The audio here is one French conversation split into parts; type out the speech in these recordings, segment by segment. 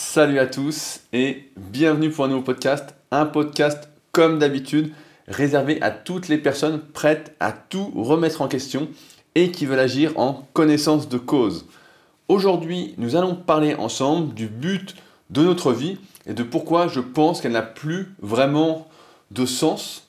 Salut à tous et bienvenue pour un nouveau podcast. Un podcast comme d'habitude réservé à toutes les personnes prêtes à tout remettre en question et qui veulent agir en connaissance de cause. Aujourd'hui, nous allons parler ensemble du but de notre vie et de pourquoi je pense qu'elle n'a plus vraiment de sens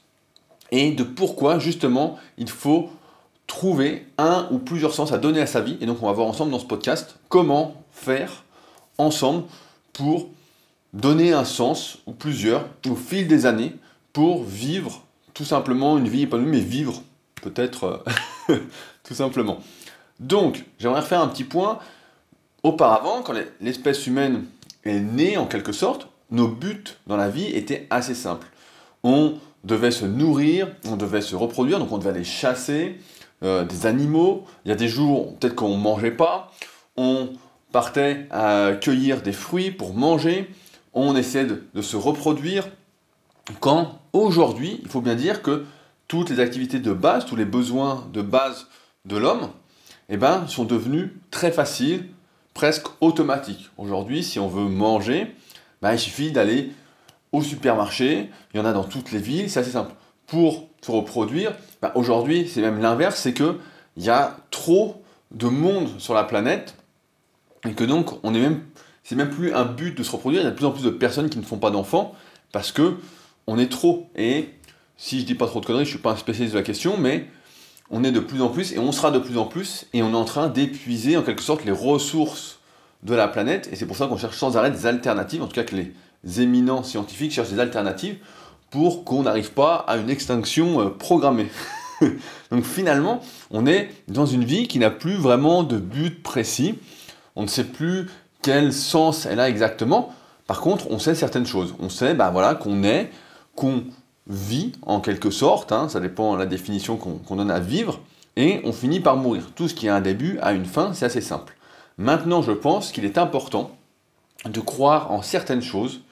et de pourquoi justement il faut trouver un ou plusieurs sens à donner à sa vie. Et donc on va voir ensemble dans ce podcast comment faire ensemble pour donner un sens, ou plusieurs, au fil des années, pour vivre tout simplement une vie épanouie, mais vivre peut-être tout simplement. Donc, j'aimerais refaire un petit point. Auparavant, quand l'espèce humaine est née en quelque sorte, nos buts dans la vie étaient assez simples. On devait se nourrir, on devait se reproduire, donc on devait aller chasser des animaux. Il y a des jours, peut-être qu'on ne mangeait pas, on partait à cueillir des fruits pour manger, on essayait de se reproduire. Quand aujourd'hui, il faut bien dire que toutes les activités de base, tous les besoins de base de l'homme, sont devenus très faciles, presque automatiques. Aujourd'hui, si on veut manger, il suffit d'aller au supermarché, il y en a dans toutes les villes, c'est assez simple. Pour se reproduire, aujourd'hui, c'est même l'inverse, c'est qu'il y a trop de monde sur la planète, et que donc, c'est même plus un but de se reproduire, il y a de plus en plus de personnes qui ne font pas d'enfants, parce que on est trop. Et si je dis pas trop de conneries, je suis pas un spécialiste de la question, mais on est de plus en plus, et on sera de plus en plus, et on est en train d'épuiser en quelque sorte les ressources de la planète, et c'est pour ça qu'on cherche sans arrêt des alternatives, en tout cas que les éminents scientifiques cherchent des alternatives, pour qu'on n'arrive pas à une extinction programmée. Donc finalement, on est dans une vie qui n'a plus vraiment de but précis, on ne sait plus quel sens elle a exactement. Par contre, on sait certaines choses. On sait qu'on vit en quelque sorte, ça dépend de la définition qu'on donne à vivre, et on finit par mourir. Tout ce qui a un début a une fin, c'est assez simple. Maintenant, je pense qu'il est important de croire en certaines choses,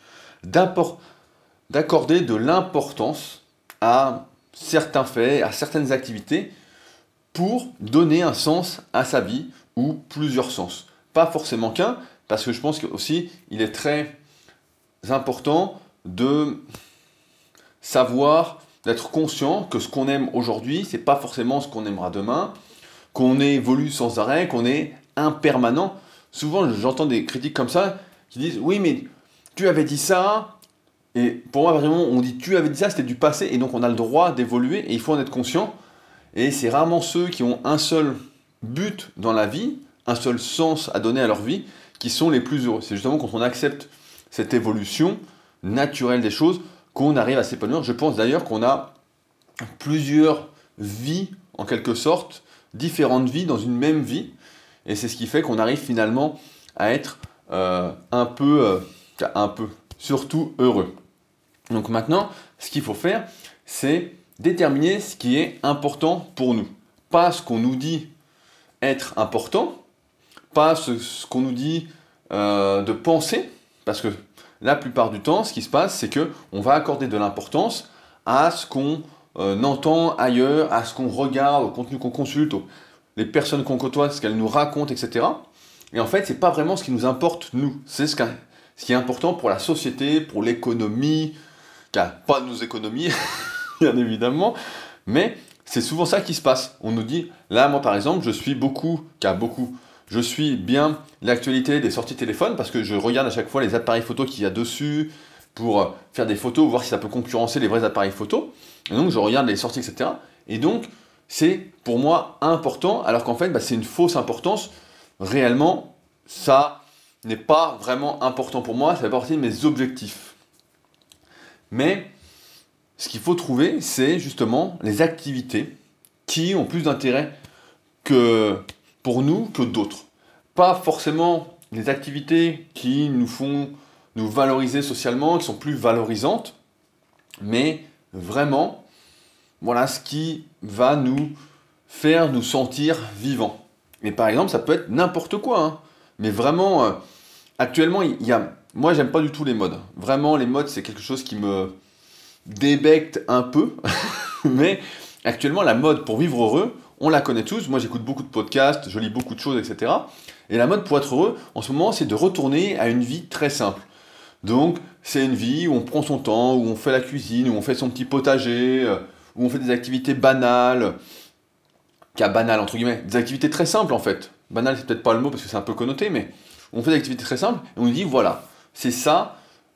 d'accorder de l'importance à certains faits, à certaines activités, pour donner un sens à sa vie, ou plusieurs sens. Pas forcément qu'un, parce que je pense qu'aussi, il est très important de savoir, d'être conscient que ce qu'on aime aujourd'hui, c'est pas forcément ce qu'on aimera demain, qu'on évolue sans arrêt, qu'on est impermanent. Souvent, j'entends des critiques comme ça qui disent « Oui, mais tu avais dit ça », et pour moi, vraiment, on dit « Tu avais dit ça », c'était du passé, et donc on a le droit d'évoluer, et il faut en être conscient. Et c'est rarement ceux qui ont un seul but dans la vie, un seul sens à donner à leur vie, qui sont les plus heureux. C'est justement quand on accepte cette évolution naturelle des choses qu'on arrive à s'épanouir. Je pense d'ailleurs qu'on a plusieurs vies, en quelque sorte, différentes vies dans une même vie, et c'est ce qui fait qu'on arrive finalement à être surtout heureux. Donc maintenant, ce qu'il faut faire, c'est déterminer ce qui est important pour nous. Pas ce qu'on nous dit être important, pas ce qu'on nous dit de penser, parce que la plupart du temps, ce qui se passe, c'est qu'on va accorder de l'importance à ce qu'on entend ailleurs, à ce qu'on regarde, au contenu qu'on consulte, les personnes qu'on côtoie, ce qu'elles nous racontent, etc. Et en fait, c'est pas vraiment ce qui nous importe, nous. C'est ce qui est important pour la société, pour l'économie, car pas nos économies, bien évidemment, mais c'est souvent ça qui se passe. On nous dit, là, moi par exemple, je suis bien l'actualité des sorties téléphone parce que je regarde à chaque fois les appareils photo qu'il y a dessus pour faire des photos, voir si ça peut concurrencer les vrais appareils photo. Et donc, je regarde les sorties, etc. Et donc, c'est pour moi important, alors qu'en fait, c'est une fausse importance. Réellement, ça n'est pas vraiment important pour moi, ça fait partie de mes objectifs. Mais ce qu'il faut trouver, c'est justement les activités qui ont plus d'intérêt pour nous que d'autres. Pas forcément les activités qui nous font nous valoriser socialement, qui sont plus valorisantes, mais vraiment, voilà ce qui va nous faire nous sentir vivants. Et par exemple, ça peut être n'importe quoi, mais vraiment, actuellement, moi, j'aime pas du tout les modes. Vraiment, les modes, c'est quelque chose qui me débecte un peu, mais actuellement, la mode pour vivre heureux, on la connaît tous. Moi, j'écoute beaucoup de podcasts, je lis beaucoup de choses, etc. Et la mode pour être heureux, en ce moment, c'est de retourner à une vie très simple. Donc, c'est une vie où on prend son temps, où on fait la cuisine, où on fait son petit potager, où on fait des activités banales, banales entre guillemets, des activités très simples en fait. Banal, c'est peut-être pas le mot parce que c'est un peu connoté, mais on fait des activités très simples et on dit voilà, c'est ça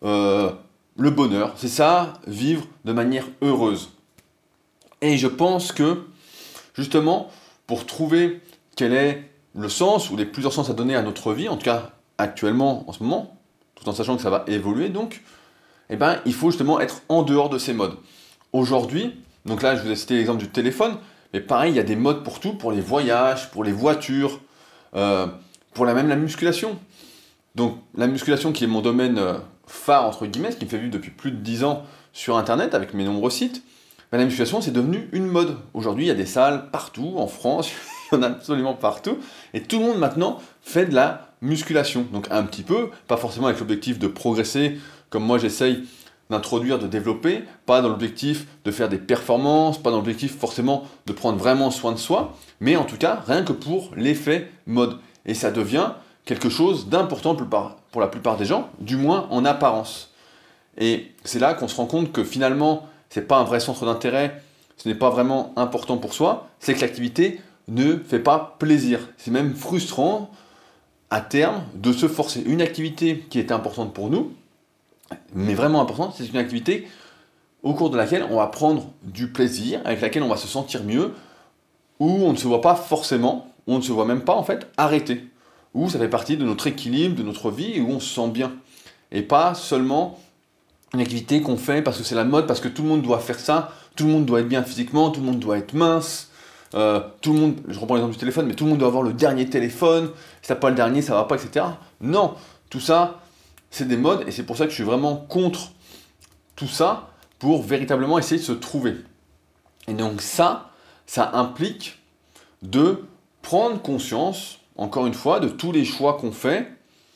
le bonheur, c'est ça vivre de manière heureuse. Et je pense que justement, pour trouver quel est le sens ou les plusieurs sens à donner à notre vie, en tout cas actuellement, en ce moment, tout en sachant que ça va évoluer donc, eh ben, il faut justement être en dehors de ces modes. Aujourd'hui, donc là je vous ai cité l'exemple du téléphone, mais pareil, il y a des modes pour tout, pour les voyages, pour les voitures, pour même la musculation. Donc la musculation qui est mon domaine phare, entre guillemets, ce qui me fait vivre depuis plus de 10 ans sur Internet avec mes nombreux sites, ben, la musculation c'est devenu une mode. Aujourd'hui il y a des salles partout, en France, il y en a absolument partout, et tout le monde maintenant fait de la musculation. Donc un petit peu, pas forcément avec l'objectif de progresser, comme moi j'essaye d'introduire, de développer, pas dans l'objectif de faire des performances, pas dans l'objectif forcément de prendre vraiment soin de soi, mais en tout cas rien que pour l'effet mode. Et ça devient quelque chose d'important pour la plupart des gens, du moins en apparence. Et c'est là qu'on se rend compte que finalement, c'est pas un vrai centre d'intérêt, ce n'est pas vraiment important pour soi, c'est que l'activité ne fait pas plaisir. C'est même frustrant à terme de se forcer. Une activité qui est importante pour nous, mais vraiment importante, c'est une activité au cours de laquelle on va prendre du plaisir, avec laquelle on va se sentir mieux, où on ne se voit pas forcément, on ne se voit même pas en fait arrêter, où ça fait partie de notre équilibre, de notre vie, et où on se sent bien. Et pas seulement une activité qu'on fait parce que c'est la mode, parce que tout le monde doit faire ça, tout le monde doit être bien physiquement, tout le monde doit être mince, tout le monde, je reprends l'exemple du téléphone, mais tout le monde doit avoir le dernier téléphone, si t'as pas le dernier, ça va pas, etc. Non, tout ça, c'est des modes, et c'est pour ça que je suis vraiment contre tout ça, pour véritablement essayer de se trouver. Et donc ça implique de prendre conscience, encore une fois, de tous les choix qu'on fait,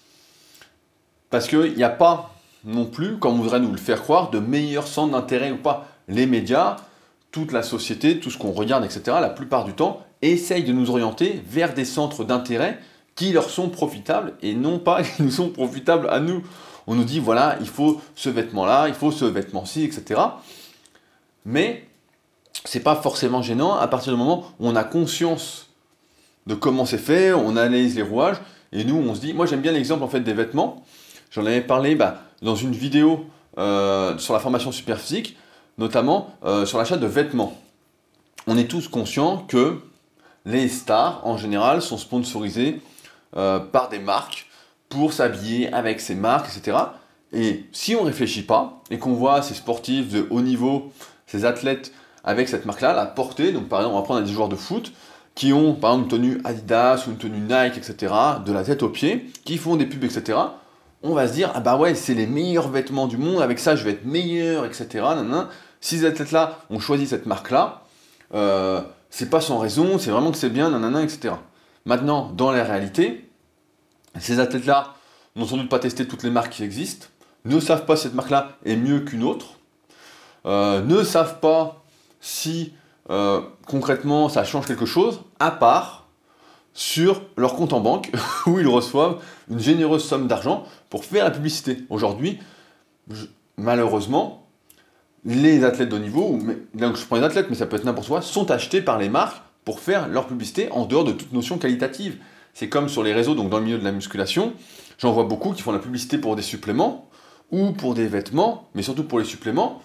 parce qu'il n'y a pas non plus, comme on voudrait nous le faire croire, de meilleurs centres d'intérêt ou pas. Les médias, toute la société, tout ce qu'on regarde, etc., la plupart du temps, essayent de nous orienter vers des centres d'intérêt qui leur sont profitables et non pas qui nous sont profitables à nous. On nous dit, voilà, il faut ce vêtement-là, il faut ce vêtement-ci, etc. Mais c'est pas forcément gênant à partir du moment où on a conscience de comment c'est fait, on analyse les rouages, et nous on se dit, moi j'aime bien l'exemple en fait des vêtements, j'en avais parlé dans une vidéo sur la formation Superphysique, notamment sur l'achat de vêtements. On est tous conscients que les stars en général sont sponsorisées par des marques pour s'habiller avec ces marques, etc. Et si on ne réfléchit pas, et qu'on voit ces sportifs de haut niveau, ces athlètes avec cette marque-là, la porter, donc par exemple on va prendre des joueurs de foot, qui ont par exemple une tenue Adidas ou une tenue Nike, etc., de la tête aux pieds, qui font des pubs, etc., on va se dire, ah bah ouais, c'est les meilleurs vêtements du monde, avec ça je vais être meilleur, etc. Nanana. Si ces athlètes-là ont choisi cette marque-là, c'est pas sans raison, c'est vraiment que c'est bien, nanana, etc. Maintenant, dans la réalité, ces athlètes-là n'ont sans doute pas testé toutes les marques qui existent, ne savent pas si cette marque-là est mieux qu'une autre, ne savent pas si concrètement ça change quelque chose, à part sur leur compte en banque, où ils reçoivent une généreuse somme d'argent pour faire la publicité. Aujourd'hui, malheureusement, les athlètes de haut niveau, là je prends les athlètes, mais ça peut être n'importe quoi, sont achetés par les marques pour faire leur publicité en dehors de toute notion qualitative. C'est comme sur les réseaux, donc dans le milieu de la musculation, j'en vois beaucoup qui font la publicité pour des suppléments, ou pour des vêtements, mais surtout pour les suppléments,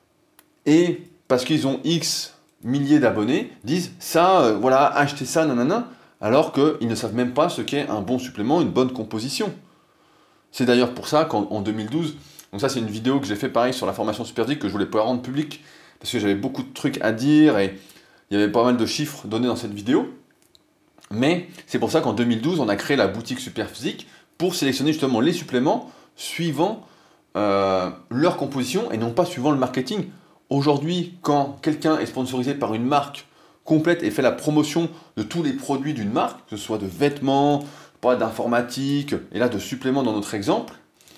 et parce qu'ils ont X milliers d'abonnés, disent ça, voilà, achetez ça, nanana, alors qu'ils ne savent même pas ce qu'est un bon supplément, une bonne composition. C'est d'ailleurs pour ça qu'en 2012, donc ça c'est une vidéo que j'ai fait pareil sur la formation Superphysique que je voulais pas rendre publique, parce que j'avais beaucoup de trucs à dire, et il y avait pas mal de chiffres donnés dans cette vidéo, mais c'est pour ça qu'en 2012, on a créé la boutique Superphysique pour sélectionner justement les suppléments suivant leur composition et non pas suivant le marketing. Aujourd'hui, quand quelqu'un est sponsorisé par une marque complète et fait la promotion de tous les produits d'une marque, que ce soit de vêtements, pas d'informatique, et là de suppléments dans notre exemple,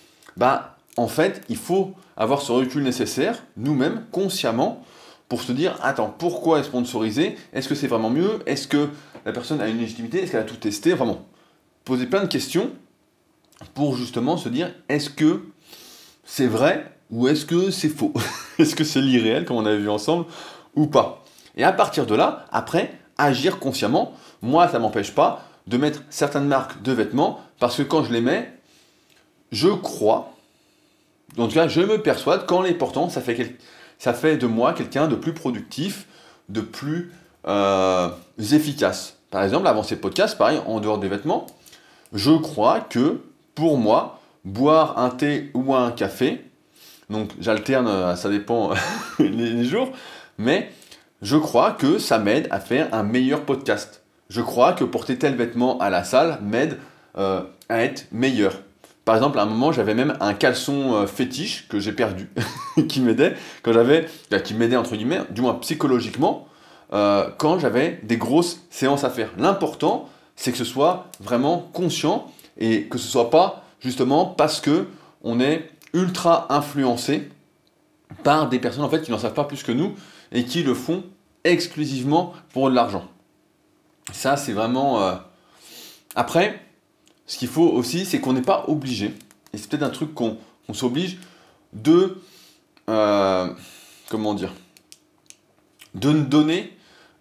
en fait, il faut avoir ce recul nécessaire, nous-mêmes, consciemment, pour se dire, attends, pourquoi est sponsorisé? Est-ce que c'est vraiment mieux? Est-ce que la personne a une légitimité? Est-ce qu'elle a tout testé? Enfin bon, poser plein de questions pour justement se dire est-ce que c'est vrai ou est-ce que c'est faux? Est-ce que c'est l'irréel comme on avait vu ensemble ou pas? Et à partir de là, après, agir consciemment. Moi, ça ne m'empêche pas de mettre certaines marques de vêtements parce que quand je les mets, je crois, en tout cas je me persuade qu'en les portant, ça fait de moi quelqu'un de plus productif, de plus efficace. Par exemple, avant ces podcasts, pareil, en dehors des vêtements, je crois que pour moi, boire un thé ou un café, donc j'alterne, ça dépend les jours, mais je crois que ça m'aide à faire un meilleur podcast. Je crois que porter tel vêtement à la salle m'aide à être meilleur. Par exemple, à un moment, j'avais même un caleçon fétiche que j'ai perdu, qui m'aidait qui m'aidait entre guillemets, du moins psychologiquement, quand j'avais des grosses séances à faire. L'important, c'est que ce soit vraiment conscient et que ce soit pas justement parce que on est ultra influencé par des personnes en fait qui n'en savent pas plus que nous et qui le font exclusivement pour de l'argent. Ça, c'est vraiment. Après, ce qu'il faut aussi, c'est qu'on n'est pas obligé, et c'est peut-être un truc qu'on s'oblige de. Comment dire? De ne donner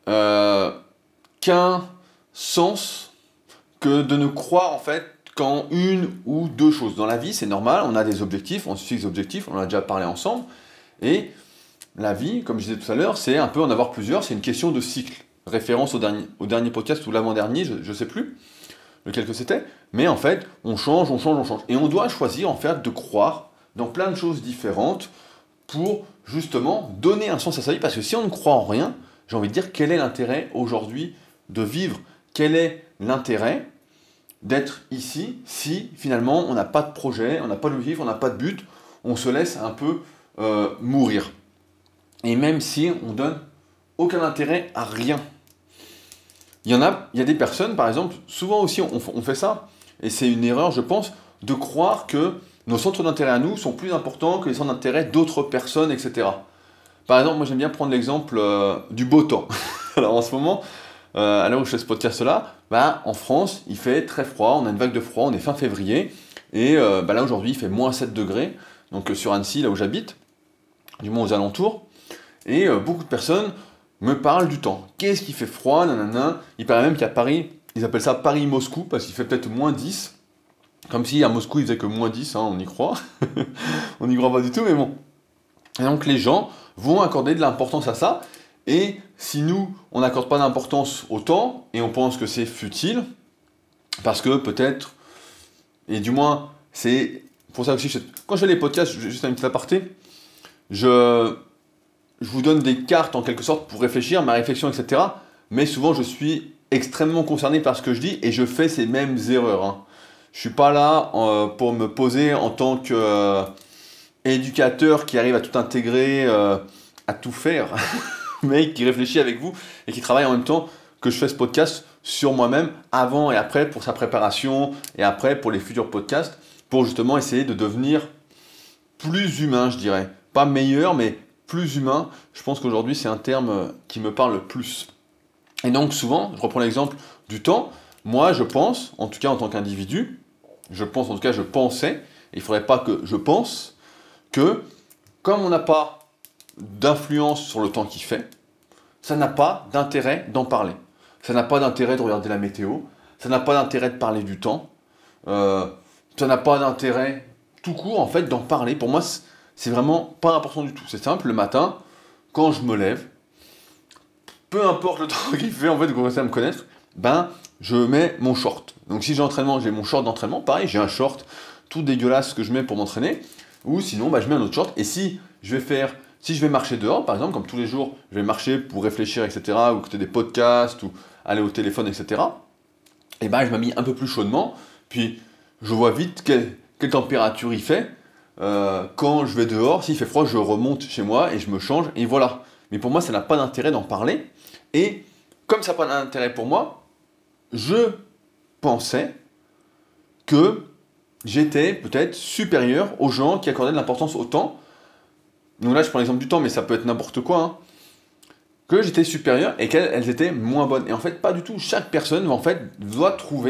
qu'un sens que de ne croire en fait qu'en une ou deux choses. Dans la vie, c'est normal, on a des objectifs, on se fixe des objectifs, on en a déjà parlé ensemble, et la vie, comme je disais tout à l'heure, c'est un peu en avoir plusieurs, c'est une question de cycle. Référence au dernier podcast ou l'avant-dernier, je ne sais plus lequel que c'était, mais en fait, on change. Et on doit choisir en fait de croire dans plein de choses différentes pour justement donner un sens à sa vie, parce que si on ne croit en rien, j'ai envie de dire quel est l'intérêt aujourd'hui de vivre? Quel est l'intérêt d'être ici si finalement on n'a pas de projet, on n'a pas d'objectif, on n'a pas de but, on se laisse un peu mourir. Et même si on donne aucun intérêt à rien. Il y a des personnes, par exemple, souvent aussi on fait ça, et c'est une erreur, je pense, de croire que nos centres d'intérêt à nous sont plus importants que les centres d'intérêt d'autres personnes, etc. Par exemple, moi j'aime bien prendre l'exemple du beau temps. Alors en ce moment, à l'heure où je fais ce podcast-là, en France, il fait très froid, on a une vague de froid, on est fin février, et là aujourd'hui il fait moins 7 degrés, donc sur Annecy, là où j'habite, du moins aux alentours, et beaucoup de personnes me parlent du temps. Qu'est-ce qui fait froid, nanana. Il paraît même qu'à Paris, ils appellent ça Paris-Moscou, parce qu'il fait peut-être moins 10, comme si à Moscou il faisait que moins 10, on y croit. On n'y croit pas du tout, mais bon. Et donc les gens vont accorder de l'importance à ça, et si nous, on n'accorde pas d'importance au temps, et on pense que c'est futile, parce que peut-être, et du moins, c'est pour ça aussi, quand je fais les podcasts, juste un petit aparté, je vous donne des cartes en quelque sorte pour réfléchir, ma réflexion, etc. Mais souvent, je suis extrêmement concerné par ce que je dis, et je fais ces mêmes erreurs. Je ne suis pas là pour me poser en tant qu'éducateur qui arrive à tout intégrer, à tout faire, mais qui réfléchit avec vous et qui travaille en même temps que je fais ce podcast sur moi-même, avant et après pour sa préparation, et après pour les futurs podcasts, pour justement essayer de devenir plus humain, je dirais. Pas meilleur, mais plus humain. Je pense qu'aujourd'hui, c'est un terme qui me parle le plus. Et donc souvent, je reprends l'exemple du temps, moi je pense, en tout cas en tant qu'individu, je pensais, et il ne faudrait pas que je pense, que comme on n'a pas d'influence sur le temps qu'il fait, ça n'a pas d'intérêt d'en parler. Ça n'a pas d'intérêt de regarder la météo, ça n'a pas d'intérêt de parler du temps, ça n'a pas d'intérêt tout court en fait d'en parler. Pour moi, c'est vraiment pas important du tout. C'est simple, le matin, quand je me lève, peu importe le temps qu'il fait, en fait, vous commencez à me connaître, je mets mon short. Donc si j'ai entraînement, j'ai mon short d'entraînement, pareil, j'ai un short tout dégueulasse que je mets pour m'entraîner, ou sinon, je mets un autre short, et si je vais marcher dehors, par exemple, comme tous les jours, je vais marcher pour réfléchir, etc., ou écouter des podcasts, ou aller au téléphone, etc., et je m'habille un peu plus chaudement, puis je vois vite quelle température il fait. Quand je vais dehors, s'il fait froid, je remonte chez moi et je me change, et voilà. Mais pour moi, ça n'a pas d'intérêt d'en parler. Et comme ça n'a pas d'intérêt pour moi, je pensais que j'étais peut-être supérieur aux gens qui accordaient de l'importance au temps. Donc là, je prends l'exemple du temps, mais ça peut être n'importe quoi. Que j'étais supérieur et qu'elles étaient moins bonnes. Et en fait, pas du tout. Chaque personne, doit trouver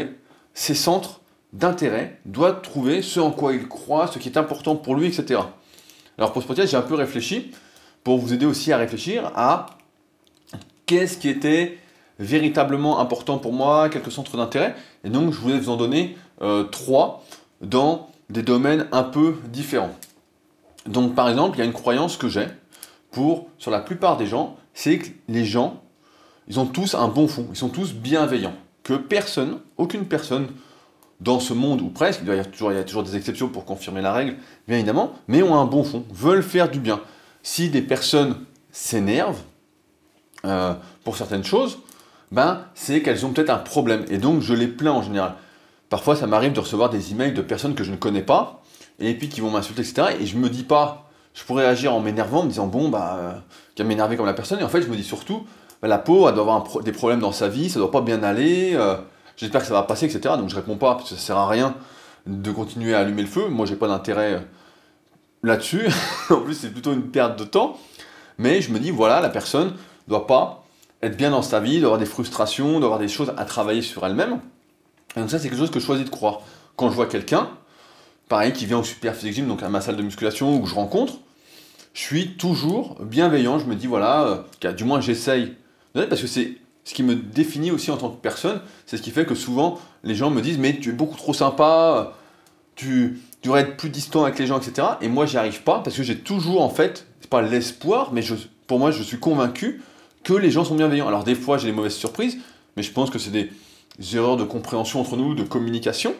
ses centres d'intérêt, doit trouver ce en quoi il croit, ce qui est important pour lui, etc. Alors pour ce podcast, j'ai un peu réfléchi pour vous aider aussi à réfléchir à qu'est-ce qui était véritablement important pour moi, quelques centres d'intérêt. Et donc je voulais vous en donner 3 dans des domaines un peu différents. Donc par exemple, il y a une croyance que j'ai sur la plupart des gens, c'est que les gens, ils ont tous un bon fond, ils sont tous bienveillants. Que personne, aucune personne dans ce monde, ou presque, il y a toujours des exceptions pour confirmer la règle, bien évidemment, mais ont un bon fond, veulent faire du bien. Si des personnes s'énervent pour certaines choses, c'est qu'elles ont peut-être un problème, et donc je les plains en général. Parfois, ça m'arrive de recevoir des emails de personnes que je ne connais pas, et puis qui vont m'insulter, etc., et je me dis pas, je pourrais agir en m'énervant, en me disant, qu'à m'énerver comme la personne, et en fait, je me dis surtout, la pauvre, elle doit avoir des problèmes dans sa vie, ça doit pas bien aller, j'espère que ça va passer, etc., donc je réponds pas, parce que ça sert à rien de continuer à allumer le feu, moi j'ai pas d'intérêt là-dessus, en plus c'est plutôt une perte de temps, mais je me dis, voilà, la personne doit pas être bien dans sa vie, doit avoir des frustrations, doit avoir des choses à travailler sur elle-même, et donc ça c'est quelque chose que je choisis de croire. Quand je vois quelqu'un, pareil, qui vient au Super Physique Gym, donc à ma salle de musculation, ou que je rencontre, je suis toujours bienveillant, je me dis, voilà, du moins j'essaye, parce que c'est ce qui me définit aussi en tant que personne, c'est ce qui fait que souvent les gens me disent, mais tu es beaucoup trop sympa, tu devrais être plus distant avec les gens, etc. Et moi j'y arrive pas, parce que j'ai toujours en fait, c'est pas l'espoir, mais pour moi je suis convaincu que les gens sont bienveillants. Alors des fois j'ai des mauvaises surprises, mais je pense que c'est des erreurs de compréhension entre nous, de communication.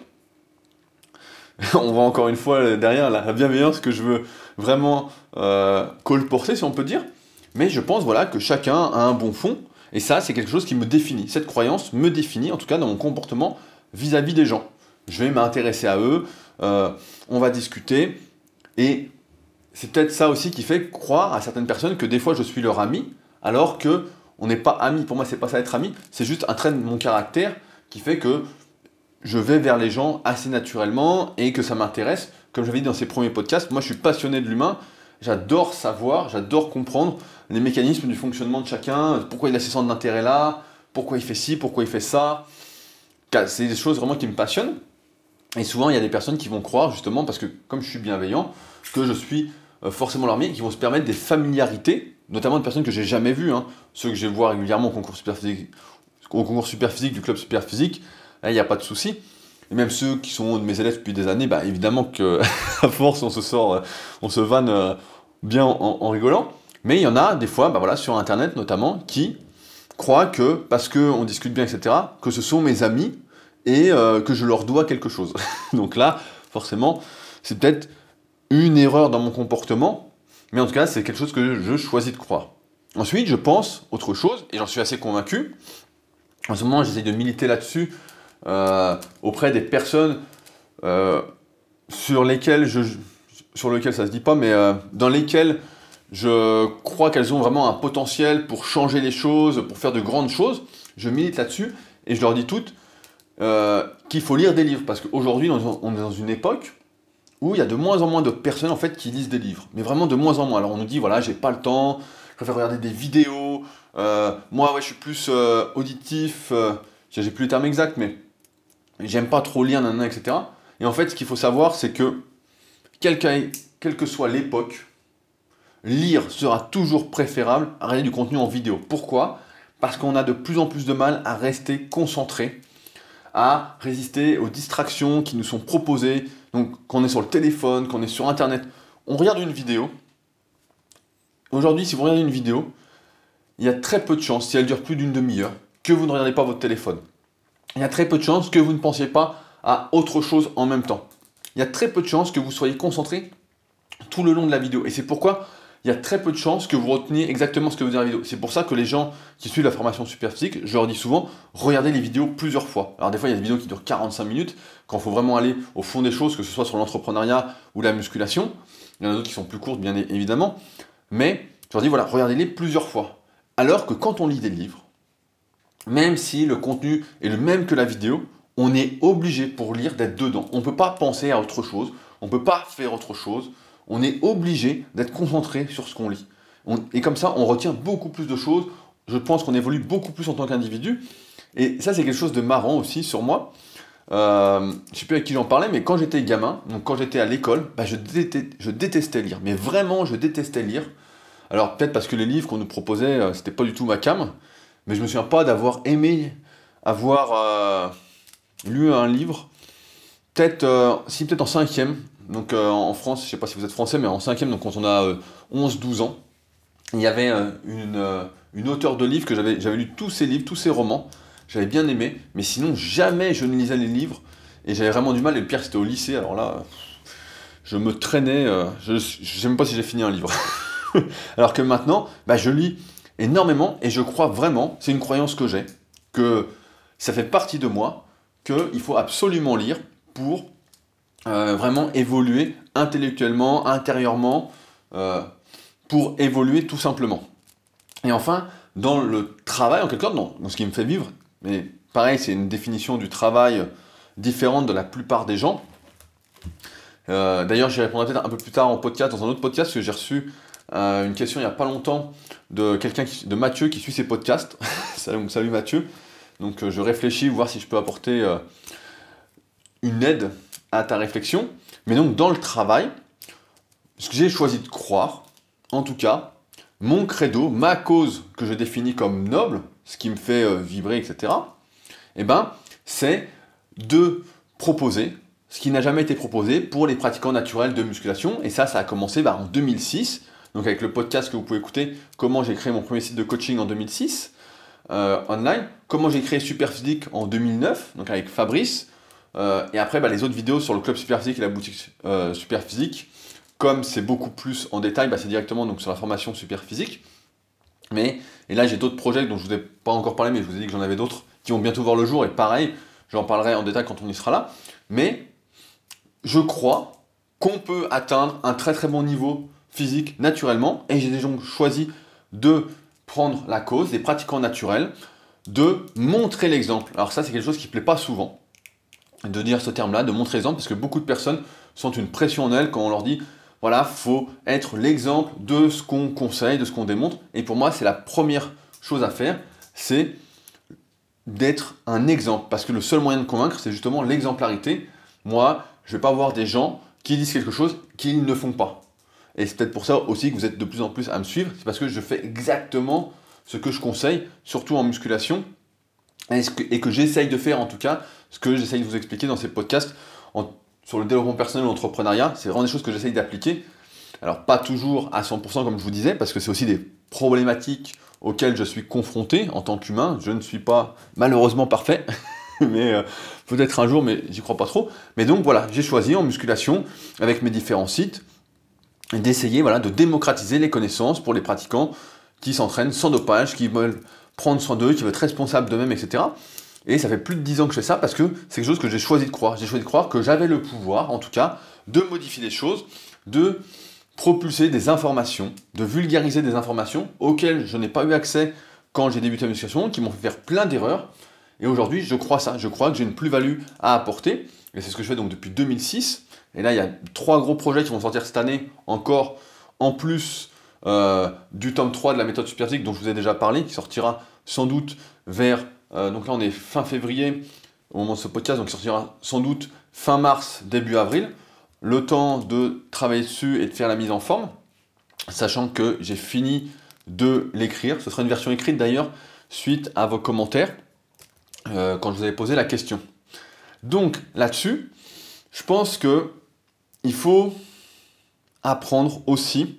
On voit encore une fois derrière la bienveillance que je veux vraiment colporter, si on peut dire. Mais je pense voilà, que chacun a un bon fond, et ça c'est quelque chose qui me définit. Cette croyance me définit, en tout cas dans mon comportement vis-à-vis des gens. Je vais m'intéresser à eux, on va discuter, et c'est peut-être ça aussi qui fait croire à certaines personnes que des fois je suis leur ami, alors que on n'est pas amis. Pour moi c'est pas ça être ami, c'est juste un trait de mon caractère qui fait que je vais vers les gens assez naturellement et que ça m'intéresse. Comme j'avais dit dans ces premiers podcasts, moi je suis passionné de l'humain, j'adore savoir, j'adore comprendre les mécanismes du fonctionnement de chacun, pourquoi il a ces centres d'intérêt là, pourquoi il fait ci, pourquoi il fait ça. C'est des choses vraiment qui me passionnent. Et souvent il y a des personnes qui vont croire justement, parce que comme je suis bienveillant, que je suis forcément leur ami, et qui vont se permettre des familiarités, notamment de personnes que j'ai jamais vues, ceux que je vois régulièrement au concours super physique du club super physique. Là, il n'y a pas de souci. Et même ceux qui sont de mes élèves depuis des années, évidemment qu'à force, on se vanne bien en rigolant. Mais il y en a des fois, sur Internet notamment, qui croient que, parce qu'on discute bien, etc., que ce sont mes amis et que je leur dois quelque chose. Donc là, forcément, c'est peut-être une erreur dans mon comportement, mais en tout cas, c'est quelque chose que je choisis de croire. Ensuite, je pense autre chose, et j'en suis assez convaincu. En ce moment, j'essaie de militer là-dessus, auprès des personnes sur lesquelles ça se dit pas, mais dans lesquelles je crois qu'elles ont vraiment un potentiel pour changer les choses, pour faire de grandes choses. Je milite là-dessus et je leur dis toutes qu'il faut lire des livres, parce qu'aujourd'hui on est dans une époque où il y a de moins en moins de personnes en fait qui lisent des livres, mais vraiment de moins en moins. Alors on nous dit voilà, j'ai pas le temps, je préfère regarder des vidéos, moi je suis plus auditif, j'ai plus les termes exacts, mais j'aime pas trop lire, etc. Et en fait, ce qu'il faut savoir, c'est que, quelle que soit l'époque, lire sera toujours préférable à regarder du contenu en vidéo. Pourquoi ? Parce qu'on a de plus en plus de mal à rester concentré, à résister aux distractions qui nous sont proposées. Donc, quand on est sur le téléphone, quand on est sur Internet, on regarde une vidéo. Aujourd'hui, si vous regardez une vidéo, il y a très peu de chances, si elle dure plus d'une demi-heure, que vous ne regardez pas votre téléphone. Il y a très peu de chances que vous ne pensiez pas à autre chose en même temps. Il y a très peu de chances que vous soyez concentré tout le long de la vidéo. Et c'est pourquoi il y a très peu de chances que vous reteniez exactement ce que vous dit la vidéo. C'est pour ça que les gens qui suivent la formation super physique, je leur dis souvent, regardez les vidéos plusieurs fois. Alors des fois, il y a des vidéos qui durent 45 minutes, quand il faut vraiment aller au fond des choses, que ce soit sur l'entrepreneuriat ou la musculation. Il y en a d'autres qui sont plus courtes, bien évidemment. Mais je leur dis, voilà, regardez-les plusieurs fois. Alors que quand on lit des livres, même si le contenu est le même que la vidéo, on est obligé pour lire d'être dedans. On ne peut pas penser à autre chose, on ne peut pas faire autre chose, on est obligé d'être concentré sur ce qu'on lit. Et comme ça, on retient beaucoup plus de choses, je pense qu'on évolue beaucoup plus en tant qu'individu. Et ça, c'est quelque chose de marrant aussi sur moi. je sais plus avec qui j'en parlais, mais quand j'étais gamin, donc quand j'étais à l'école, je détestais lire. Mais vraiment, je détestais lire. Alors peut-être parce que les livres qu'on nous proposait, c'était pas du tout ma came, mais je me souviens pas d'avoir aimé avoir lu un livre. Peut-être, si peut-être en cinquième. Donc en France, je sais pas si vous êtes français, mais en cinquième, donc quand on a 11-12 ans, il y avait une auteure de livres que j'avais lu tous ses livres, tous ses romans. J'avais bien aimé, mais sinon jamais je ne lisais les livres. Et j'avais vraiment du mal, et le pire c'était au lycée, alors là, je me traînais, je ne sais même pas si j'ai fini un livre. Alors que maintenant, je lis énormément, et je crois vraiment, c'est une croyance que j'ai, que ça fait partie de moi, qu'il faut absolument lire pour vraiment évoluer intellectuellement, intérieurement, pour évoluer tout simplement. Et enfin, dans le travail, en quelque sorte, dans ce qui me fait vivre, mais pareil, c'est une définition du travail différente de la plupart des gens. D'ailleurs, j'y répondrai peut-être un peu plus tard en podcast, dans un autre podcast, parce que j'ai reçu une question il n'y a pas longtemps de de Mathieu qui suit ses podcasts. Salut Mathieu. Donc je réfléchis, voir si je peux apporter une aide à ta réflexion. Mais donc dans le travail, ce que j'ai choisi de croire, en tout cas, mon credo, ma cause que je définis comme noble, ce qui me fait vibrer, etc., c'est de proposer ce qui n'a jamais été proposé pour les pratiquants naturels de musculation. Et ça a commencé en 2006, donc avec le podcast que vous pouvez écouter, comment j'ai créé mon premier site de coaching en 2006, online, comment j'ai créé Superphysique en 2009, donc avec Fabrice, et après les autres vidéos sur le club Superphysique et la boutique Superphysique. Comme c'est beaucoup plus en détail, c'est directement donc, sur la formation Superphysique. Et là, j'ai d'autres projets dont je ne vous ai pas encore parlé, mais je vous ai dit que j'en avais d'autres qui vont bientôt voir le jour. Et pareil, j'en parlerai en détail quand on y sera là. Mais je crois qu'on peut atteindre un très très bon niveau physique naturellement. Et j'ai donc choisi de prendre la cause des pratiquants naturels, de montrer l'exemple. Alors ça, c'est quelque chose qui ne plaît pas souvent, de dire ce terme-là, de montrer l'exemple, parce que beaucoup de personnes sentent une pression en elles quand on leur dit voilà, faut être l'exemple de ce qu'on conseille, de ce qu'on démontre. Et pour moi, c'est la première chose à faire, c'est d'être un exemple. Parce que le seul moyen de convaincre, c'est justement l'exemplarité. Moi, je ne vais pas voir des gens qui disent quelque chose qu'ils ne font pas. Et c'est peut-être pour ça aussi que vous êtes de plus en plus à me suivre. C'est parce que je fais exactement ce que je conseille, surtout en musculation. Et que j'essaye de faire en tout cas, ce que j'essaye de vous expliquer dans ces podcasts, sur le développement personnel ou l'entrepreneuriat, c'est vraiment des choses que j'essaye d'appliquer. Alors pas toujours à 100% comme je vous disais, parce que c'est aussi des problématiques auxquelles je suis confronté en tant qu'humain. Je ne suis pas malheureusement parfait, mais peut-être un jour, mais j'y crois pas trop. Mais donc voilà, j'ai choisi en musculation, avec mes différents sites, d'essayer de démocratiser les connaissances pour les pratiquants qui s'entraînent sans dopage, qui veulent prendre soin d'eux, qui veulent être responsables d'eux-mêmes, etc. Et ça fait plus de 10 ans que je fais ça parce que c'est quelque chose que j'ai choisi de croire. J'ai choisi de croire que j'avais le pouvoir, en tout cas, de modifier les choses, de propulser des informations, de vulgariser des informations auxquelles je n'ai pas eu accès quand j'ai débuté la musculation, qui m'ont fait faire plein d'erreurs. Et aujourd'hui, je crois ça. Je crois que j'ai une plus-value à apporter. Et c'est ce que je fais donc depuis 2006. Et là, il y a 3 gros projets qui vont sortir cette année encore, en plus du tome 3 de la méthode Superphysique dont je vous ai déjà parlé, qui sortira sans doute vers... donc là, on est fin février au moment de ce podcast, donc il sortira sans doute fin mars, début avril. Le temps de travailler dessus et de faire la mise en forme, sachant que j'ai fini de l'écrire. Ce sera une version écrite d'ailleurs, suite à vos commentaires, quand je vous avais posé la question. Donc là-dessus, je pense que il faut apprendre aussi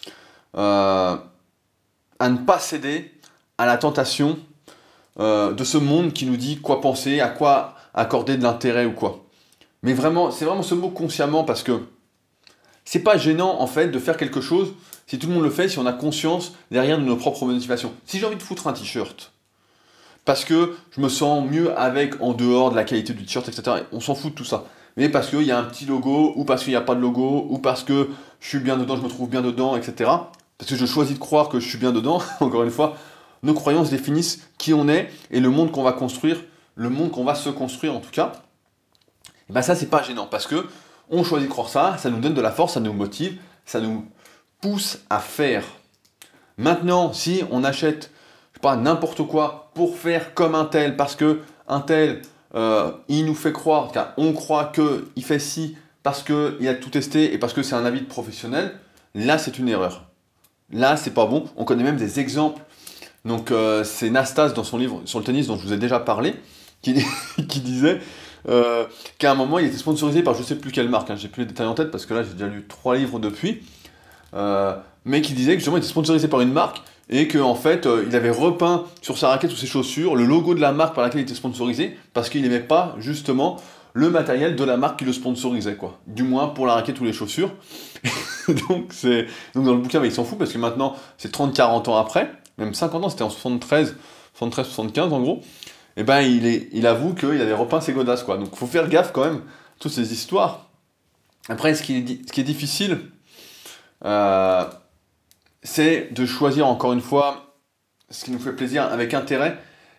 à ne pas céder à la tentation de ce monde qui nous dit quoi penser, à quoi accorder de l'intérêt ou quoi. Mais vraiment, c'est vraiment ce mot consciemment parce que c'est pas gênant en fait de faire quelque chose si tout le monde le fait, si on a conscience derrière de nos propres motivations. Si j'ai envie de foutre un t-shirt parce que je me sens mieux avec en dehors de la qualité du t-shirt, etc. On s'en fout de tout ça. Mais parce qu'il y a un petit logo, ou parce qu'il n'y a pas de logo, ou parce que je suis bien dedans, je me trouve bien dedans, etc. Parce que je choisis de croire que je suis bien dedans, encore une fois, nos croyances définissent qui on est et le monde qu'on va construire, le monde qu'on va se construire en tout cas. Et ça, c'est pas gênant parce que on choisit de croire ça, ça nous donne de la force, ça nous motive, ça nous pousse à faire. Maintenant, si on achète, je sais pas, n'importe quoi pour faire comme un tel, parce que un tel il nous fait croire, car on croit qu'il fait ci parce qu'il a tout testé et parce que c'est un avis de professionnel, là c'est une erreur. Là c'est pas bon. On connaît même des exemples. Donc c'est Nastas dans son livre sur le tennis dont je vous ai déjà parlé, qui, qui disait qu'à un moment il était sponsorisé par je sais plus quelle marque, hein, j'ai plus les détails en tête parce que là j'ai déjà lu 3 livres depuis, mais qui disait que justement il était sponsorisé par une marque et qu'en fait il avait repeint sur sa raquette ou ses chaussures le logo de la marque par laquelle il était sponsorisé parce qu'il n'aimait pas justement le matériel de la marque qui le sponsorisait, quoi. Du moins pour la raquette ou les chaussures. donc dans le bouquin, bah, il s'en fout parce que maintenant c'est 30-40 ans après, même 50 ans, c'était en 73-75 en gros. Et ben il avoue qu'il avait repeint ses godasses, quoi. Donc faut faire gaffe quand même à toutes ces histoires. Après, ce qui est difficile, euh, c'est de choisir encore une fois ce qui nous fait plaisir avec intérêt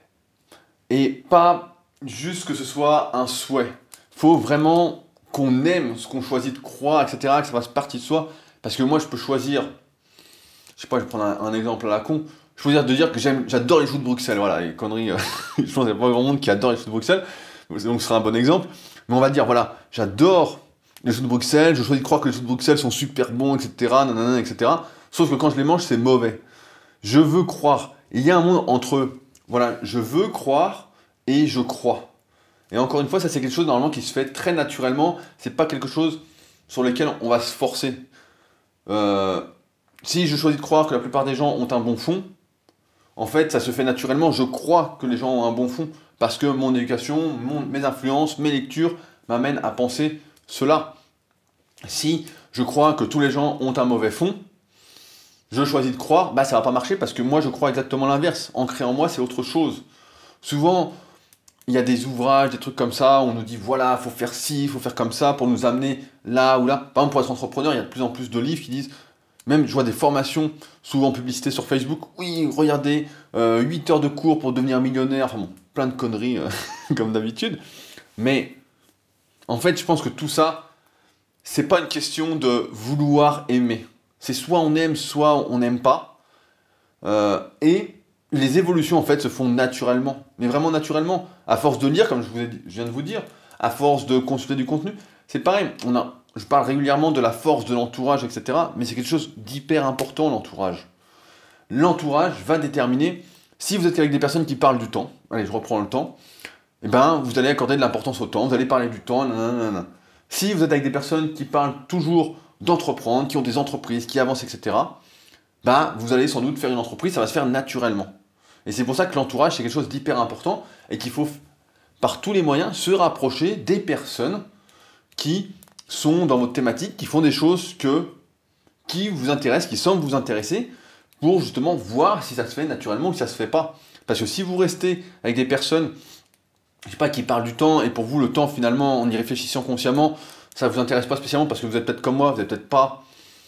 et pas juste que ce soit un souhait. Faut vraiment qu'on aime ce qu'on choisit de croire, etc., que ça fasse partie de soi. Parce que moi, je peux choisir, je sais pas, je vais prendre un exemple à la con, je peux dire de dire que j'adore les choux de Bruxelles, voilà, les conneries, je pense qu'il n'y a pas grand monde qui adore les choux de Bruxelles, donc ce sera un bon exemple. Mais on va dire, voilà, j'adore les choux de Bruxelles, je choisis de croire que les choux de Bruxelles sont super bons, etc., nanana, etc. Sauf que quand je les mange, c'est mauvais. Je veux croire. Il y a un monde entre, voilà, je veux croire et je crois. Et encore une fois, ça c'est quelque chose normalement qui se fait très naturellement. C'est pas quelque chose sur lequel on va se forcer. Euh, Si je choisis de croire que la plupart des gens ont un bon fond, en fait, ça se fait naturellement. Je crois que les gens ont un bon fond parce que mon éducation, mes influences, mes lectures m'amènent à penser cela. Si je crois que tous les gens ont un mauvais fond, je choisis de croire, bah ça va pas marcher parce que moi je crois exactement l'inverse. Ancré en moi, c'est autre chose. Souvent, il y a des ouvrages, des trucs comme ça, où on nous dit voilà, faut faire ci, faut faire comme ça pour nous amener là ou là. Par exemple, pour être entrepreneur, il y a de plus en plus de livres qui disent, même je vois des formations, souvent publicité sur Facebook, oui, regardez, 8 heures de cours pour devenir millionnaire, enfin bon, plein de conneries comme d'habitude. Mais en fait, je pense que tout ça, c'est pas une question de vouloir aimer. C'est soit on aime, soit on n'aime pas. Et les évolutions en fait se font naturellement, mais vraiment naturellement, à force de lire, comme je viens de vous dire, à force de consulter du contenu. C'est pareil, je parle régulièrement de la force de l'entourage, etc. Mais c'est quelque chose d'hyper important, l'entourage. L'entourage va déterminer, si vous êtes avec des personnes qui parlent du temps, allez, je reprends le temps, et ben vous allez accorder de l'importance au temps, vous allez parler du temps, nanana. Si vous êtes avec des personnes qui parlent toujours d'entreprendre, qui ont des entreprises, qui avancent, etc., bah, vous allez sans doute faire une entreprise, ça va se faire naturellement. Et c'est pour ça que l'entourage, c'est quelque chose d'hyper important et qu'il faut, par tous les moyens, se rapprocher des personnes qui sont dans votre thématique, qui font des choses qui vous intéressent, qui semblent vous intéresser, pour justement voir si ça se fait naturellement ou si ça se fait pas. Parce que si vous restez avec des personnes, je sais pas, qui parlent du temps, et pour vous, le temps, finalement, en y réfléchissant consciemment, ça vous intéresse pas spécialement parce que vous êtes peut-être comme moi, vous n'avez peut-être pas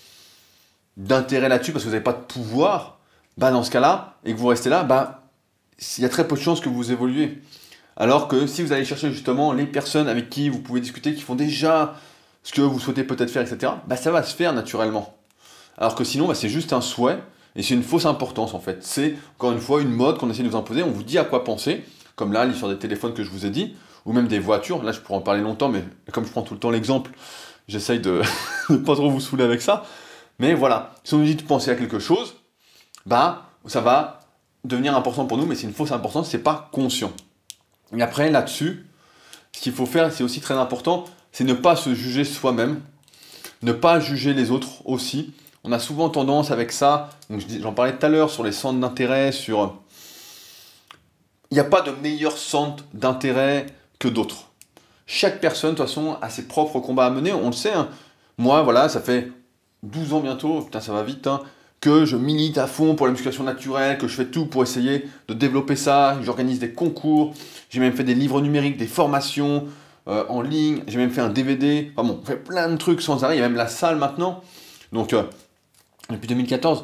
d'intérêt là-dessus parce que vous n'avez pas de pouvoir, bah dans ce cas-là, et que vous restez là, bah il y a très peu de chances que vous évoluez. Alors que si vous allez chercher justement les personnes avec qui vous pouvez discuter, qui font déjà ce que vous souhaitez peut-être faire, etc., bah ça va se faire naturellement. Alors que sinon, bah, c'est juste un souhait, et c'est une fausse importance en fait. C'est encore une fois une mode qu'on essaie de vous imposer, on vous dit à quoi penser, comme là, l'histoire des téléphones que je vous ai dit, ou même des voitures, là je pourrais en parler longtemps, mais comme je prends tout le temps l'exemple, j'essaye de ne pas trop vous saouler avec ça. Mais voilà, si on nous dit de penser à quelque chose, bah ça va devenir important pour nous, mais c'est une fausse importance, c'est pas conscient. Et après, là-dessus, ce qu'il faut faire, c'est aussi très important, c'est ne pas se juger soi-même, ne pas juger les autres aussi. On a souvent tendance avec ça, donc j'en parlais tout à l'heure sur les centres d'intérêt, sur... Il n'y a pas de meilleur centre d'intérêt que d'autres. Chaque personne, de toute façon, a ses propres combats à mener, on le sait. Hein. Moi, voilà, ça fait 12 ans bientôt, putain ça va vite, hein, que je milite à fond pour la musculation naturelle, que je fais tout pour essayer de développer ça, j'organise des concours, j'ai même fait des livres numériques, des formations en ligne, j'ai même fait un DVD, enfin bon, on fait plein de trucs sans arrêt, il y a même la salle maintenant, donc depuis 2014.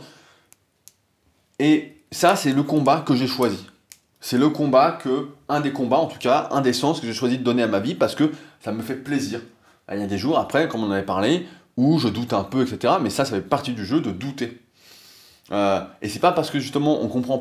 Et ça c'est le combat que j'ai choisi. C'est le combat un des combats en tout cas, un des sens que j'ai choisi de donner à ma vie parce que ça me fait plaisir. Il y a des jours après, comme on en avait parlé, où je doute un peu, etc. Mais ça fait partie du jeu de douter. Et c'est pas parce que justement on comprend pas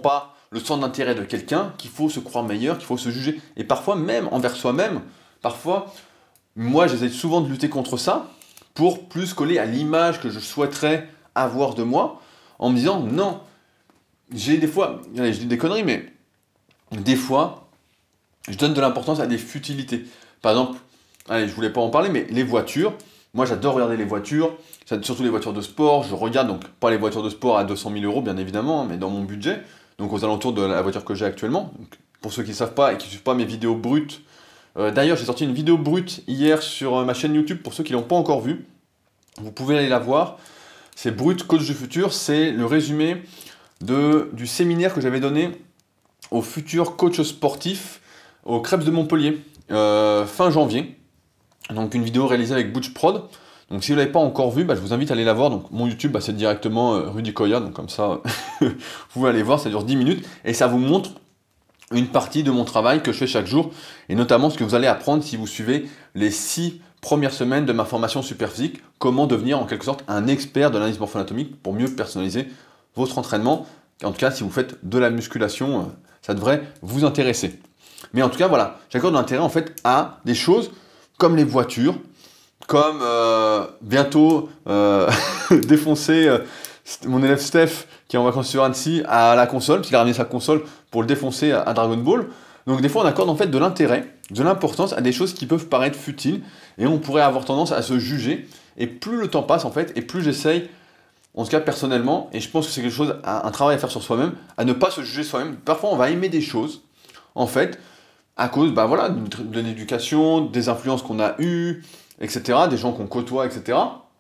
le centre d'intérêt de quelqu'un qu'il faut se croire meilleur, qu'il faut se juger. Et parfois, même envers soi-même, parfois, moi, j'essaie souvent de lutter contre ça pour plus coller à l'image que je souhaiterais avoir de moi, en me disant, non, j'ai des fois, allez, je dis des conneries, mais des fois, je donne de l'importance à des futilités. Par exemple, allez, je voulais pas en parler, mais les voitures, moi j'adore regarder les voitures, surtout les voitures de sport, je regarde donc pas les voitures de sport à 200 000 euros bien évidemment, mais dans mon budget, donc aux alentours de la voiture que j'ai actuellement. Donc, pour ceux qui ne savent pas et qui ne suivent pas mes vidéos brutes, d'ailleurs j'ai sorti une vidéo brute hier sur ma chaîne YouTube pour ceux qui ne l'ont pas encore vue, vous pouvez aller la voir, c'est Brut Coach du Futur, c'est le résumé du séminaire que j'avais donné aux futurs coachs sportifs au Krebs de Montpellier, fin janvier. Donc une vidéo réalisée avec Butch Prod. Donc si vous ne l'avez pas encore vu, je vous invite à aller la voir. Donc mon YouTube, c'est directement Rudy Koya, donc comme ça, vous pouvez aller voir, ça dure 10 minutes, et ça vous montre une partie de mon travail que je fais chaque jour, et notamment ce que vous allez apprendre si vous suivez les 6 premières semaines de ma formation Superphysique, comment devenir en quelque sorte un expert de l'analyse morpho-anatomique pour mieux personnaliser votre entraînement. En tout cas, si vous faites de la musculation, ça devrait vous intéresser. Mais en tout cas, voilà, j'accorde de l'intérêt en fait à des choses comme les voitures, comme bientôt défoncer mon élève Steph qui est en vacances sur Annecy à la console, parce qu'il a ramené sa console pour le défoncer à Dragon Ball. Donc des fois on accorde en fait de l'intérêt, de l'importance à des choses qui peuvent paraître futiles, et on pourrait avoir tendance à se juger, et plus le temps passe en fait, et plus j'essaye, en tout cas personnellement, et je pense que c'est quelque chose, un travail à faire sur soi-même, à ne pas se juger soi-même. Parfois on va aimer des choses, en fait, à cause de l'éducation, des influences qu'on a eues, etc., des gens qu'on côtoie, etc.,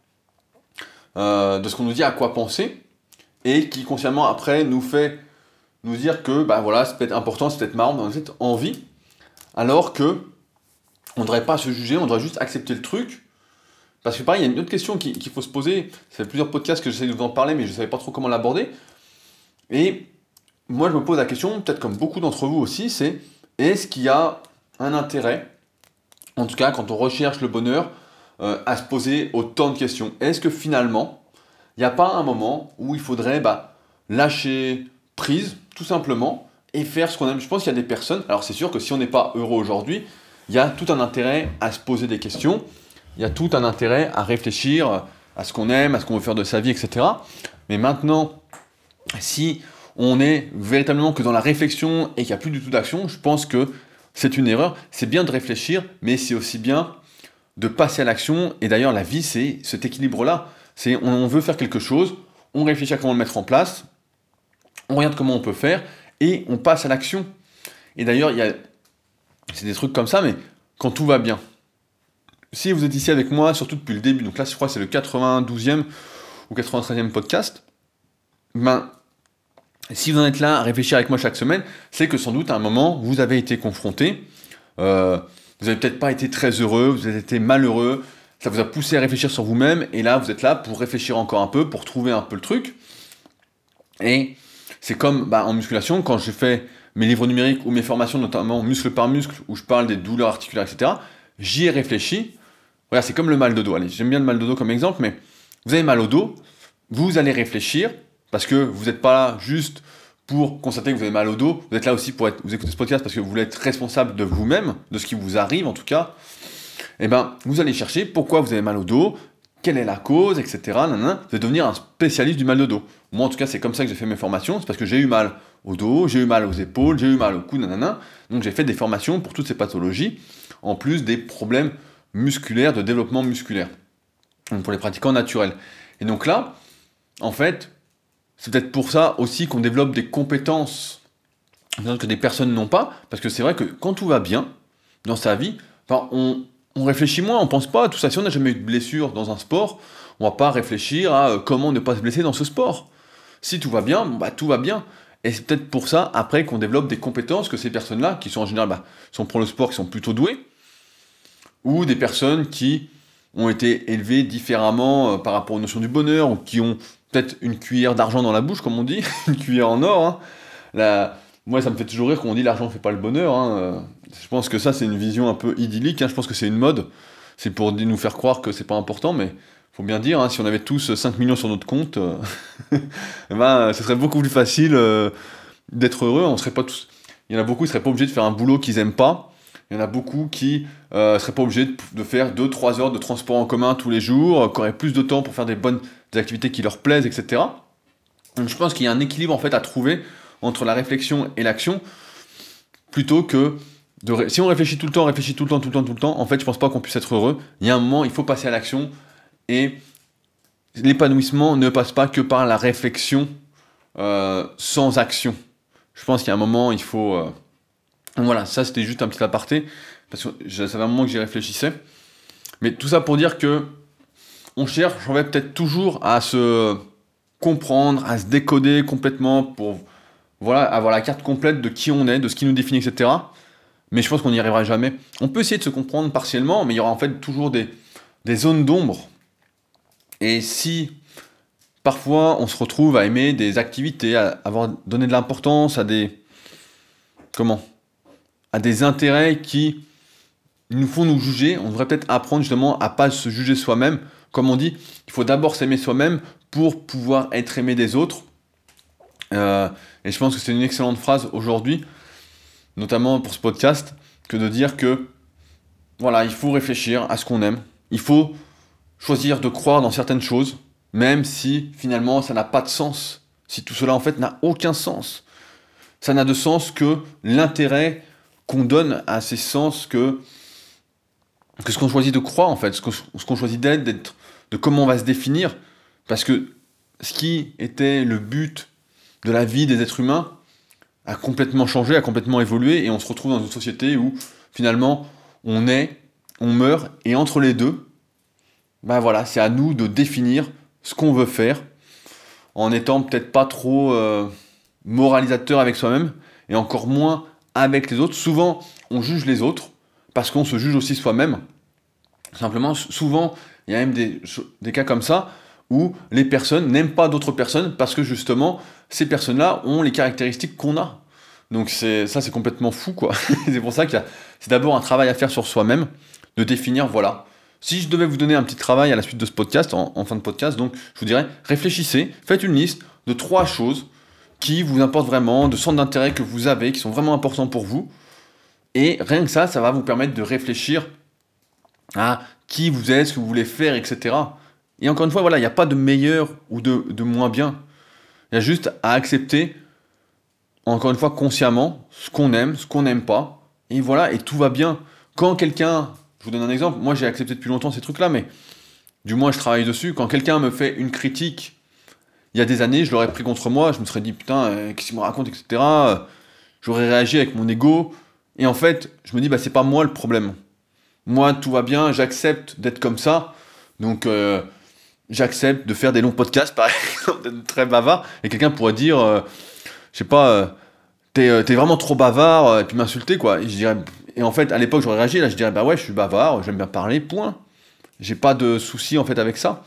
de ce qu'on nous dit à quoi penser, et qui consciemment après nous fait nous dire que c'est peut-être important, c'est peut-être marrant, on a peut-être envie, alors que on ne devrait pas se juger, on devrait juste accepter le truc. Parce que pareil, il y a une autre question qu'il faut se poser, ça fait plusieurs podcasts que j'essaie de vous en parler, mais je ne savais pas trop comment l'aborder, et moi je me pose la question, peut-être comme beaucoup d'entre vous aussi, c'est est-ce qu'il y a un intérêt, en tout cas quand on recherche le bonheur, à se poser autant de questions? Est-ce que finalement, il n'y a pas un moment où il faudrait lâcher prise, tout simplement, et faire ce qu'on aime? Je pense qu'il y a des personnes, alors c'est sûr que si on n'est pas heureux aujourd'hui, il y a tout un intérêt à se poser des questions, il y a tout un intérêt à réfléchir à ce qu'on aime, à ce qu'on veut faire de sa vie, etc. Mais maintenant, si on est véritablement que dans la réflexion et qu'il n'y a plus du tout d'action, je pense que c'est une erreur. C'est bien de réfléchir, mais c'est aussi bien de passer à l'action. Et d'ailleurs, la vie, c'est cet équilibre-là. C'est on veut faire quelque chose, on réfléchit à comment le mettre en place, on regarde comment on peut faire, et on passe à l'action. Et d'ailleurs, c'est des trucs comme ça, mais quand tout va bien. Si vous êtes ici avec moi, surtout depuis le début, donc là, je crois que c'est le 92e ou 93e podcast, si vous en êtes là à réfléchir avec moi chaque semaine, c'est que sans doute à un moment, vous avez été confronté, vous n'avez peut-être pas été très heureux, vous avez été malheureux, ça vous a poussé à réfléchir sur vous-même, et là, vous êtes là pour réfléchir encore un peu, pour trouver un peu le truc. Et c'est comme en musculation, quand j'ai fait mes livres numériques ou mes formations, notamment muscle par muscle, où je parle des douleurs articulaires, etc., j'y ai réfléchi. Voilà, c'est comme le mal de dos. Allez, j'aime bien le mal de dos comme exemple, mais vous avez mal au dos, vous allez réfléchir, parce que vous n'êtes pas là juste pour constater que vous avez mal au dos, vous êtes là aussi pour vous écouter ce podcast parce que vous voulez être responsable de vous-même, de ce qui vous arrive en tout cas. Et vous allez chercher pourquoi vous avez mal au dos, quelle est la cause, etc. Vous allez devenir un spécialiste du mal de dos. Moi, en tout cas, c'est comme ça que j'ai fait mes formations. C'est parce que j'ai eu mal au dos, j'ai eu mal aux épaules, j'ai eu mal au cou, Donc, j'ai fait des formations pour toutes ces pathologies, en plus des problèmes musculaires, de développement musculaire. Donc, pour les pratiquants naturels. Et donc là, en fait, c'est peut-être pour ça aussi qu'on développe des compétences que des personnes n'ont pas. Parce que c'est vrai que quand tout va bien dans sa vie, on réfléchit moins, on pense pas à tout ça. Si on n'a jamais eu de blessure dans un sport, on va pas réfléchir à comment ne pas se blesser dans ce sport. Si tout va bien, tout va bien. Et c'est peut-être pour ça, après, qu'on développe des compétences que ces personnes-là, qui sont en général, sont pour le sport, qui sont plutôt douées, ou des personnes qui ont été élevées différemment par rapport aux notions du bonheur, ou qui ont peut-être une cuillère d'argent dans la bouche, comme on dit, une cuillère en or. Moi, ça me fait toujours rire quand on dit l'argent ne fait pas le bonheur. Je pense que ça, c'est une vision un peu idyllique. Je pense que c'est une mode. C'est pour nous faire croire que c'est pas important, mais faut bien dire, si on avait tous 5 millions sur notre compte, ce serait beaucoup plus facile d'être heureux, on serait pas tous... Il y en a beaucoup qui seraient pas obligés de faire un boulot qu'ils aiment pas. Il y en a beaucoup qui seraient pas obligés de faire 2-3 heures de transport en commun tous les jours, qui auraient plus de temps pour faire des activités qui leur plaisent, etc. Donc je pense qu'il y a un équilibre en fait à trouver entre la réflexion et l'action, plutôt que si on réfléchit tout le temps, en fait je pense pas qu'on puisse être heureux. Il y a un moment, il faut passer à l'action, et l'épanouissement ne passe pas que par la réflexion sans action. Je pense qu'il y a un moment, il faut... Donc voilà, ça c'était juste un petit aparté, parce que ça fait un moment que j'y réfléchissais. Mais tout ça pour dire que on cherche, on va peut-être toujours à se comprendre, à se décoder complètement pour avoir la carte complète de qui on est, de ce qui nous définit, etc. Mais je pense qu'on n'y arrivera jamais. On peut essayer de se comprendre partiellement, mais il y aura en fait toujours des zones d'ombre. Et si parfois on se retrouve à aimer des activités, à avoir donné de l'importance à des intérêts qui nous font nous juger, on devrait peut-être apprendre justement à pas se juger soi-même. Comme on dit, il faut d'abord s'aimer soi-même pour pouvoir être aimé des autres. Et je pense que c'est une excellente phrase aujourd'hui, notamment pour ce podcast, que de dire que voilà, il faut réfléchir à ce qu'on aime. Il faut choisir de croire dans certaines choses, même si finalement ça n'a pas de sens. Si tout cela en fait n'a aucun sens. Ça n'a de sens que l'intérêt qu'on donne à ces sens, que ce qu'on choisit de croire en fait, ce qu'on choisit d'être, de comment on va se définir. Parce que ce qui était le but de la vie des êtres humains a complètement changé, a complètement évolué, et on se retrouve dans une société où finalement on meurt, et entre les deux, c'est à nous de définir ce qu'on veut faire, en étant peut-être pas trop moralisateur avec soi-même, et encore moins avec les autres. Souvent, on juge les autres, parce qu'on se juge aussi soi-même. Simplement, souvent, il y a même des cas comme ça, où les personnes n'aiment pas d'autres personnes, parce que justement, ces personnes-là ont les caractéristiques qu'on a. Donc c'est complètement fou, quoi. C'est pour ça c'est d'abord un travail à faire sur soi-même, de définir, voilà. Si je devais vous donner un petit travail à la suite de ce podcast, en fin de podcast, donc je vous dirais, réfléchissez, faites une liste de 3 choses qui vous importent vraiment, de centres d'intérêt que vous avez, qui sont vraiment importants pour vous, et rien que ça va vous permettre de réfléchir à qui vous êtes, ce que vous voulez faire, etc. Et encore une fois, voilà, il n'y a pas de meilleur ou de moins bien. Il y a juste à accepter, encore une fois, consciemment, ce qu'on aime, ce qu'on n'aime pas. Et voilà, et tout va bien. Quand quelqu'un, je vous donne un exemple, moi j'ai accepté depuis longtemps ces trucs-là, mais du moins je travaille dessus. Quand quelqu'un me fait une critique, il y a des années, je l'aurais pris contre moi, je me serais dit, putain, qu'est-ce qu'il me raconte, etc. J'aurais réagi avec mon ego. Et en fait, je me dis, c'est pas moi le problème. Moi, tout va bien, j'accepte d'être comme ça. Donc, j'accepte de faire des longs podcasts, par exemple, d'être très bavard. Et quelqu'un pourrait dire, je sais pas, t'es vraiment trop bavard, et puis m'insulter, quoi. Et en fait, à l'époque, j'aurais réagi, là, je dirais, ouais, je suis bavard, j'aime bien parler, point. J'ai pas de souci, en fait, avec ça.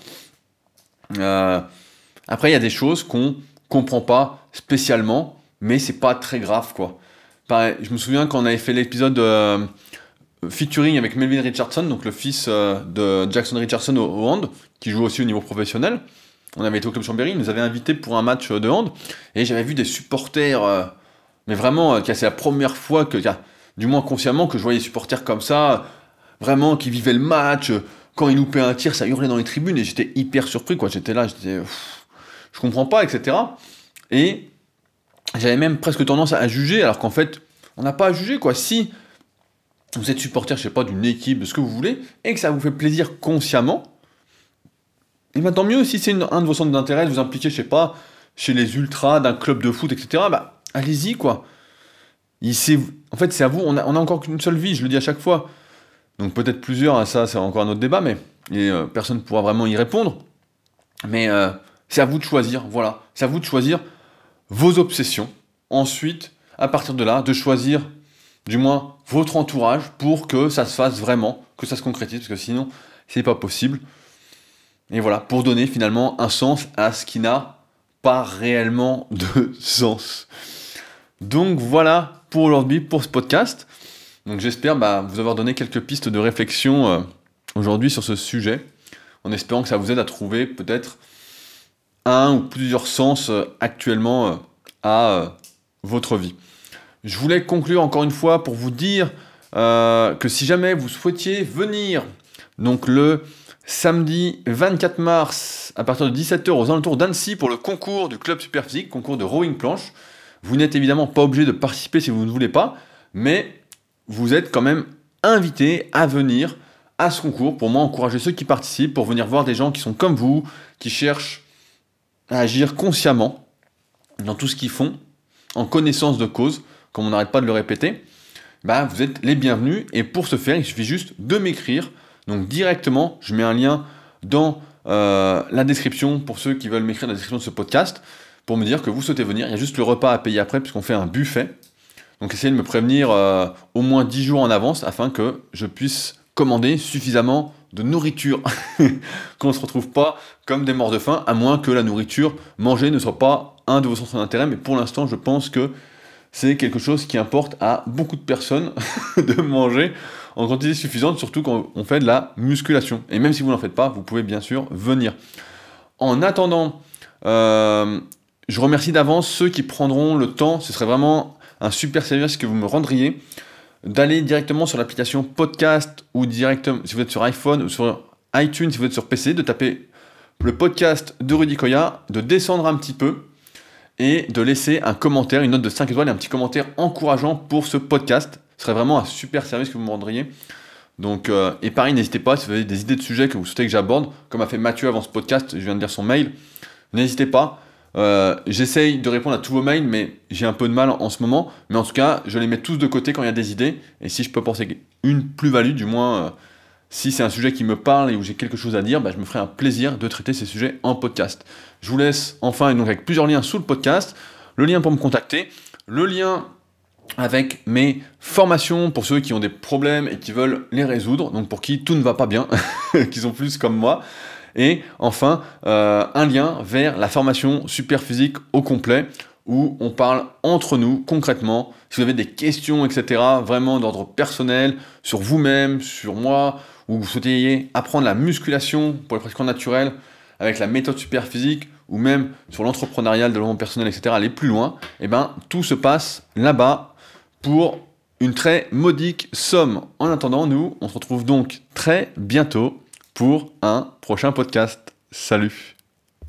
Après, il y a des choses qu'on comprend pas spécialement, mais c'est pas très grave, quoi. Pareil, je me souviens quand on avait fait l'épisode featuring avec Melvin Richardson, donc le fils de Jackson Richardson au hand, qui joue aussi au niveau professionnel. On avait été au Club Chambéry, il nous avait invités pour un match de hand, et j'avais vu des supporters, mais vraiment, c'est la première fois du moins consciemment, que je voyais des supporters comme ça, vraiment, qui vivaient le match. Quand ils loupaient un tir, ça hurlait dans les tribunes, et j'étais hyper surpris, quoi. J'étais là, je comprends pas, etc. Et j'avais même presque tendance à juger, alors qu'en fait, on n'a pas à juger, quoi. Si vous êtes supporter, je sais pas, d'une équipe, de ce que vous voulez, et que ça vous fait plaisir consciemment, et bien tant mieux. Si c'est un de vos centres d'intérêt, de vous impliquer, je sais pas, chez les ultras, d'un club de foot, etc., allez-y, quoi. En fait, c'est à vous, on a encore qu'une seule vie, je le dis à chaque fois. Donc peut-être plusieurs, ça c'est encore un autre débat, mais personne ne pourra vraiment y répondre. Mais c'est à vous de choisir, voilà. C'est à vous de choisir vos obsessions. Ensuite, à partir de là, de choisir du moins votre entourage pour que ça se fasse vraiment, que ça se concrétise, parce que sinon, c'est pas possible. Et voilà, pour donner finalement un sens à ce qui n'a pas réellement de sens. Donc voilà pour aujourd'hui, pour ce podcast. Donc j'espère vous avoir donné quelques pistes de réflexion aujourd'hui sur ce sujet, en espérant que ça vous aide à trouver peut-être un ou plusieurs sens actuellement à votre vie. Je voulais conclure encore une fois pour vous dire que si jamais vous souhaitiez venir, donc le samedi 24 mars à partir de 17h aux alentours d'Annecy pour le concours du Club Superphysique, concours de rowing planche, vous n'êtes évidemment pas obligé de participer si vous ne voulez pas, mais vous êtes quand même invité à venir à ce concours pour moi encourager ceux qui participent, pour venir voir des gens qui sont comme vous, qui cherchent à agir consciemment dans tout ce qu'ils font, en connaissance de cause, comme on n'arrête pas de le répéter. Vous êtes les bienvenus, et pour ce faire, il suffit juste de m'écrire. Donc directement, je mets un lien dans la description pour ceux qui veulent m'écrire dans la description de ce podcast, pour me dire que vous souhaitez venir. Il y a juste le repas à payer après, puisqu'on fait un buffet. Donc essayez de me prévenir au moins 10 jours en avance, afin que je puisse commander suffisamment de nourriture, qu'on ne se retrouve pas comme des morts de faim, à moins que la nourriture mangée ne soit pas un de vos centres d'intérêt, mais pour l'instant, je pense que c'est quelque chose qui importe à beaucoup de personnes de manger en quantité suffisante, surtout quand on fait de la musculation. Et même si vous n'en faites pas, vous pouvez bien sûr venir. En attendant, je remercie d'avance ceux qui prendront le temps, ce serait vraiment un super service que vous me rendriez, d'aller directement sur l'application podcast ou directement, si vous êtes sur iPhone ou sur iTunes, si vous êtes sur PC, de taper le podcast de Rudy Koya, de descendre un petit peu et de laisser un commentaire, une note de 5 étoiles et un petit commentaire encourageant pour ce podcast. Ce serait vraiment un super service que vous me rendriez. Donc, et pareil, n'hésitez pas, si vous avez des idées de sujets que vous souhaitez que j'aborde, comme a fait Mathieu avant ce podcast, je viens de lire son mail, n'hésitez pas. J'essaye de répondre à tous vos mails, mais j'ai un peu de mal en ce moment. Mais en tout cas, je les mets tous de côté quand il y a des idées. Et si je peux penser une plus-value, du moins, si c'est un sujet qui me parle et où j'ai quelque chose à dire, je me ferai un plaisir de traiter ces sujets en podcast. Je vous laisse enfin, et donc avec plusieurs liens sous le podcast, le lien pour me contacter, le lien avec mes formations pour ceux qui ont des problèmes et qui veulent les résoudre, donc pour qui tout ne va pas bien, qui sont plus comme moi. Et enfin, un lien vers la formation Superphysique au complet, où on parle entre nous, concrètement, si vous avez des questions, etc., vraiment d'ordre personnel, sur vous-même, sur moi, ou vous souhaitez apprendre la musculation pour les pratiquants naturels, avec la méthode Superphysique, ou même sur l'entrepreneuriat, le développement personnel, etc., aller plus loin, tout se passe là-bas pour une très modique somme. En attendant, nous, on se retrouve donc très bientôt pour un prochain podcast. Salut!